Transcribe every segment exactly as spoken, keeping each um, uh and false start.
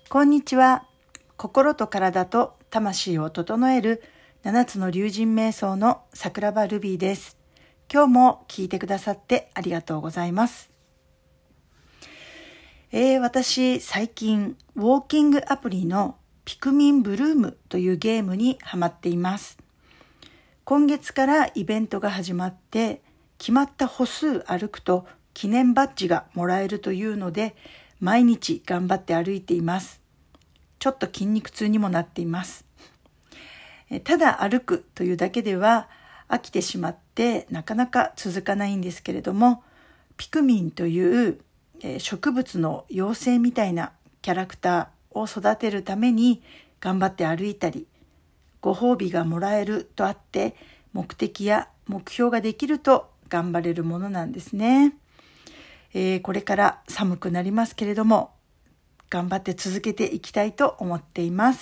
こんにちは。心と体と魂を整えるななつの龍神瞑想の桜庭ルビーです。今日も聞いてくださってありがとうございます。えー、私、最近、ウォーキングアプリのピクミンブルームというゲームにハマっています。今月からイベントが始まって、決まった歩数歩くと記念バッジがもらえるというので、毎日頑張って歩いています。ちょっと筋肉痛にもなっています。ただ歩くというだけでは飽きてしまってなかなか続かないんですけれども、ピクミンという植物の妖精みたいなキャラクターを育てるために頑張って歩いたり、ご褒美がもらえるとあって目的や目標ができると頑張れるものなんですね。えー、これから寒くなりますけれども、頑張って続けていきたいと思っています。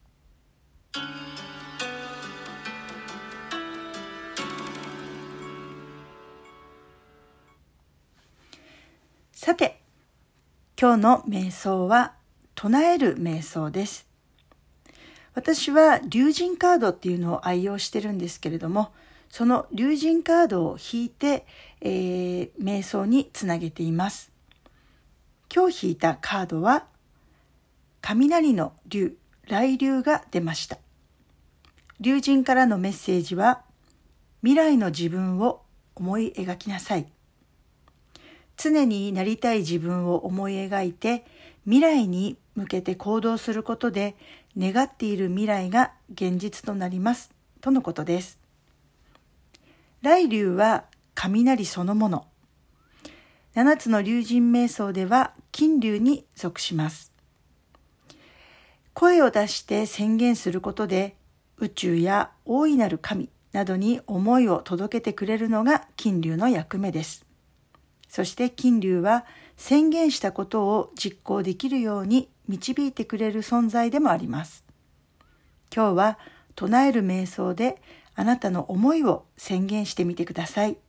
さて、今日の瞑想は唱える瞑想です。私は龍神カードっていうのを愛用してるんですけれども、その龍神カードを引いて、えー、瞑想につなげています。今日引いたカードは雷の龍、雷龍が出ました。龍神からのメッセージは、未来の自分を思い描きなさい。常になりたい自分を思い描いて、未来に向けて行動することで、願っている未来が現実となります。とのことです。雷龍は雷そのもの。七つの龍神瞑想では金龍に属します。声を出して宣言することで、宇宙や大いなる神などに思いを届けてくれるのが金龍の役目です。そして金龍は宣言したことを実行できるように導いてくれる存在でもあります。今日は唱える瞑想であなたの思いを宣言してみてください。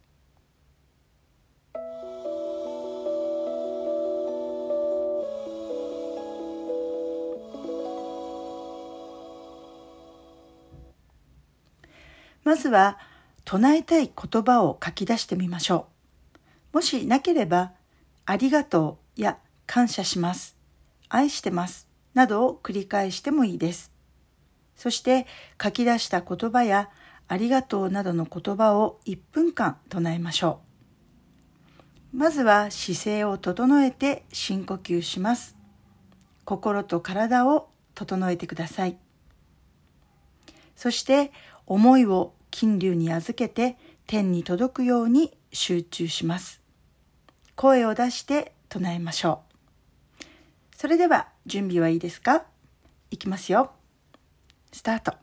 まずは唱えたい言葉を書き出してみましょう。もしなければ、ありがとうや感謝します、愛してますなどを繰り返してもいいです。そして書き出した言葉やありがとうなどの言葉をいっぷんかん唱えましょう。まずは姿勢を整えて深呼吸します。心と体を整えてください。そして思いを金龍に預けて天に届くように集中します。声を出して唱えましょう。それでは準備はいいですか？いきますよ。スタート。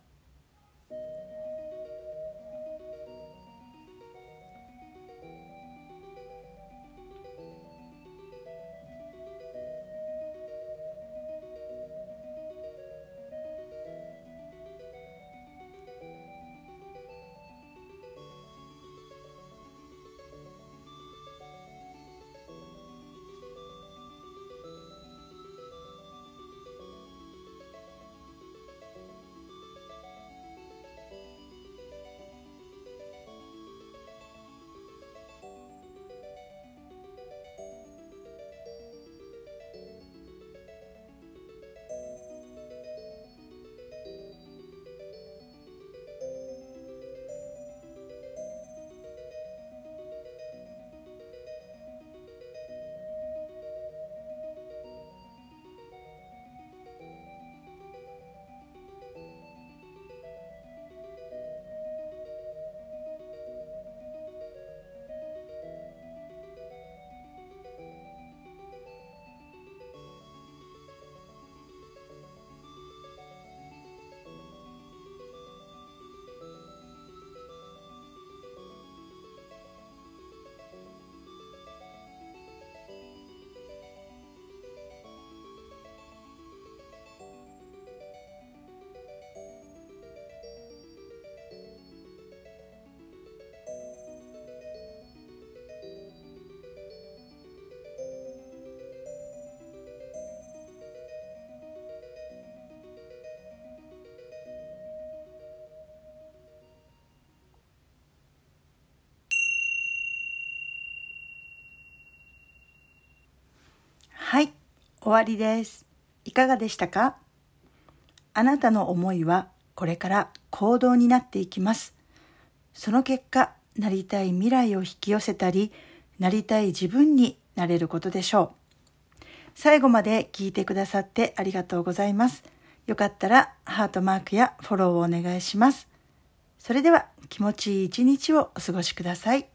終わりです。いかがでしたか？あなたの思いはこれから行動になっていきます。その結果、なりたい未来を引き寄せたり、なりたい自分になれることでしょう。最後まで聞いてくださってありがとうございます。よかったらハートマークやフォローをお願いします。それでは気持ちいい一日をお過ごしください。